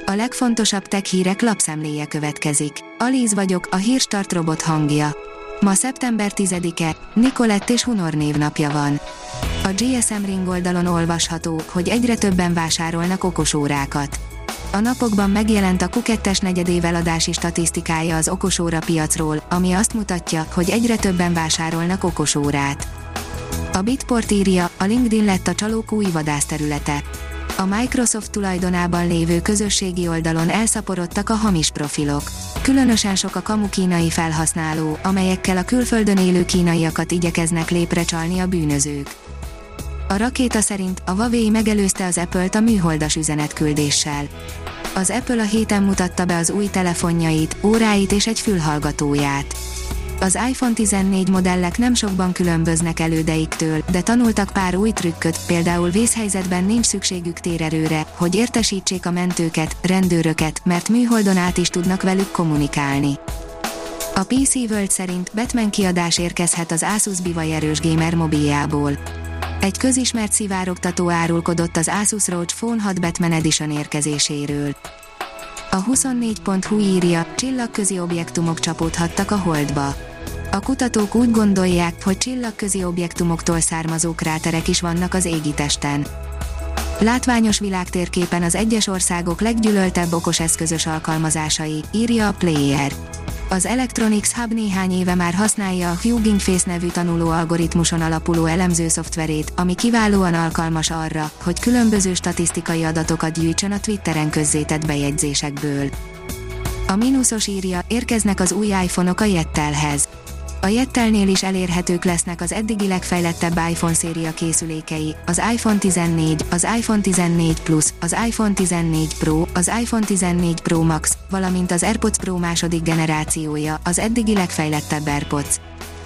A legfontosabb tech hírek lapszemléje következik. Alíz vagyok, a Hírstart robot hangja. Ma szeptember 10-e, Nikolett és Hunor névnapja van. A GSM Ring oldalon olvasható, hogy egyre többen vásárolnak okosórákat. A napokban megjelent a Q2-es negyedév eladási statisztikája az okosóra piacról, ami azt mutatja, hogy egyre többen vásárolnak okosórát. A Bitport írja, a LinkedIn lett a csalók új vadászterülete. A Microsoft tulajdonában lévő közösségi oldalon elszaporodtak a hamis profilok. Különösen sok a kamu kínai felhasználó, amelyekkel a külföldön élő kínaiakat igyekeznek léprecsalni a bűnözők. A rakéta szerint a Huawei megelőzte az Apple-t a műholdas üzenetküldéssel. Az Apple a héten mutatta be az új telefonjait, óráit és egy fülhallgatóját. Az iPhone 14 modellek nem sokban különböznek elődeiktől, de tanultak pár új trükköt, például vészhelyzetben nincs szükségük térerőre, hogy értesítsék a mentőket, rendőröket, mert műholdon át is tudnak velük kommunikálni. A PC World szerint Batman kiadás érkezhet az Asus bivaj erős gamer mobiljából. Egy közismert szivárogtató árulkodott az Asus ROG Phone 6 Batman Edition érkezéséről. A 24.hu írja, csillagközi objektumok csapódhattak a Holdba. A kutatók úgy gondolják, hogy csillagközi objektumoktól származó kráterek is vannak az égitesten. Látványos világtérképen az egyes országok leggyűlöltebb okoseszközös alkalmazásai, írja a Player. Az Electronics Hub néhány éve már használja a Hugging Face nevű tanuló algoritmuson alapuló elemző szoftverét, ami kiválóan alkalmas arra, hogy különböző statisztikai adatokat gyűjtsön a Twitteren közzétett bejegyzésekből. A mínuszos írja, érkeznek az új iPhone-ok a Yettelhez. A Yettelnél is elérhetők lesznek az eddigi legfejlettebb iPhone széria készülékei, az iPhone 14, az iPhone 14 Plus, az iPhone 14 Pro, az iPhone 14 Pro Max, valamint az AirPods Pro második generációja, az eddigi legfejlettebb AirPods.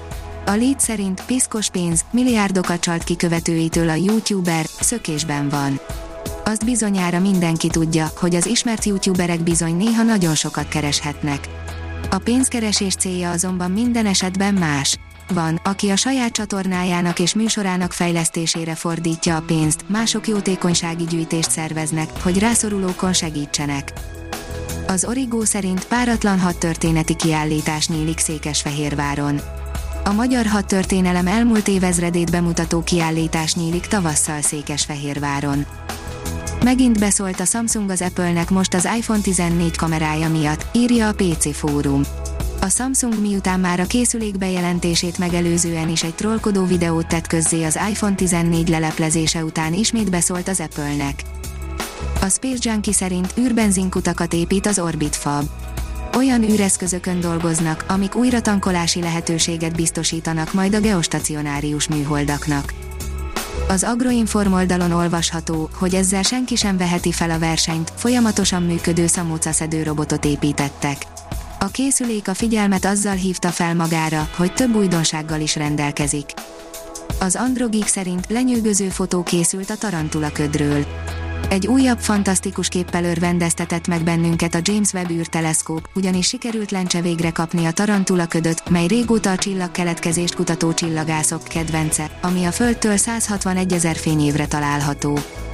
A Lead szerint piszkos pénz, milliárdokat csalt ki követőitől a YouTuber, szökésben van. Azt bizonyára mindenki tudja, hogy az ismert YouTuberek bizony néha nagyon sokat kereshetnek. A pénzkeresés célja azonban minden esetben más. Van, aki a saját csatornájának és műsorának fejlesztésére fordítja a pénzt, mások jótékonysági gyűjtést szerveznek, hogy rászorulókon segítsenek. Az Origo szerint páratlan hadtörténeti kiállítás nyílik Székesfehérváron. A magyar hadtörténelem elmúlt évezredét bemutató kiállítás nyílik tavasszal Székesfehérváron. Megint beszólt a Samsung az Apple-nek most az iPhone 14 kamerája miatt, írja a PC Fórum. A Samsung miután már a készülék bejelentését megelőzően is egy trollkodó videót tett közzé az iPhone 14 leleplezése után ismét beszólt az Apple-nek. A Space Junkie szerint űrbenzinkutakat épít az Orbit Fab. Olyan űreszközökön dolgoznak, amik újratankolási lehetőséget biztosítanak majd a geostacionárius műholdaknak. Az Agroinform oldalon olvasható, hogy ezzel senki sem veheti fel a versenyt, folyamatosan működő szamócaszedő robotot építettek. A készülék a figyelmet azzal hívta fel magára, hogy több újdonsággal is rendelkezik. Az Androgeek szerint lenyűgöző fotó készült a Tarantula ködről. Egy újabb fantasztikus képpel örvendeztetett meg bennünket a James Webb űrteleszkóp, ugyanis sikerült lencse végre kapni a Tarantula ködöt, mely régóta a csillagkeletkezést kutató csillagászok kedvence, ami a Földtől 161 000 fényévre található.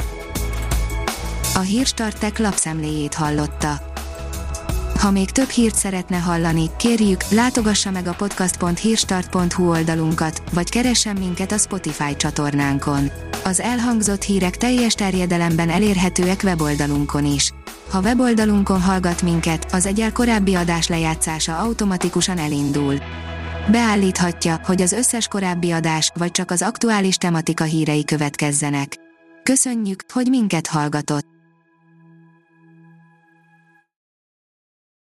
A Hírstart Tech lapszemléjét hallotta. Ha még több hírt szeretne hallani, kérjük, látogassa meg a podcast.hírstart.hu oldalunkat, vagy keressen minket a Spotify csatornánkon. Az elhangzott hírek teljes terjedelemben elérhetőek weboldalunkon is. Ha weboldalunkon hallgat minket, az egyel korábbi adás lejátszása automatikusan elindul. Beállíthatja, hogy az összes korábbi adás, vagy csak az aktuális tematika hírei következzenek. Köszönjük, hogy minket hallgatott!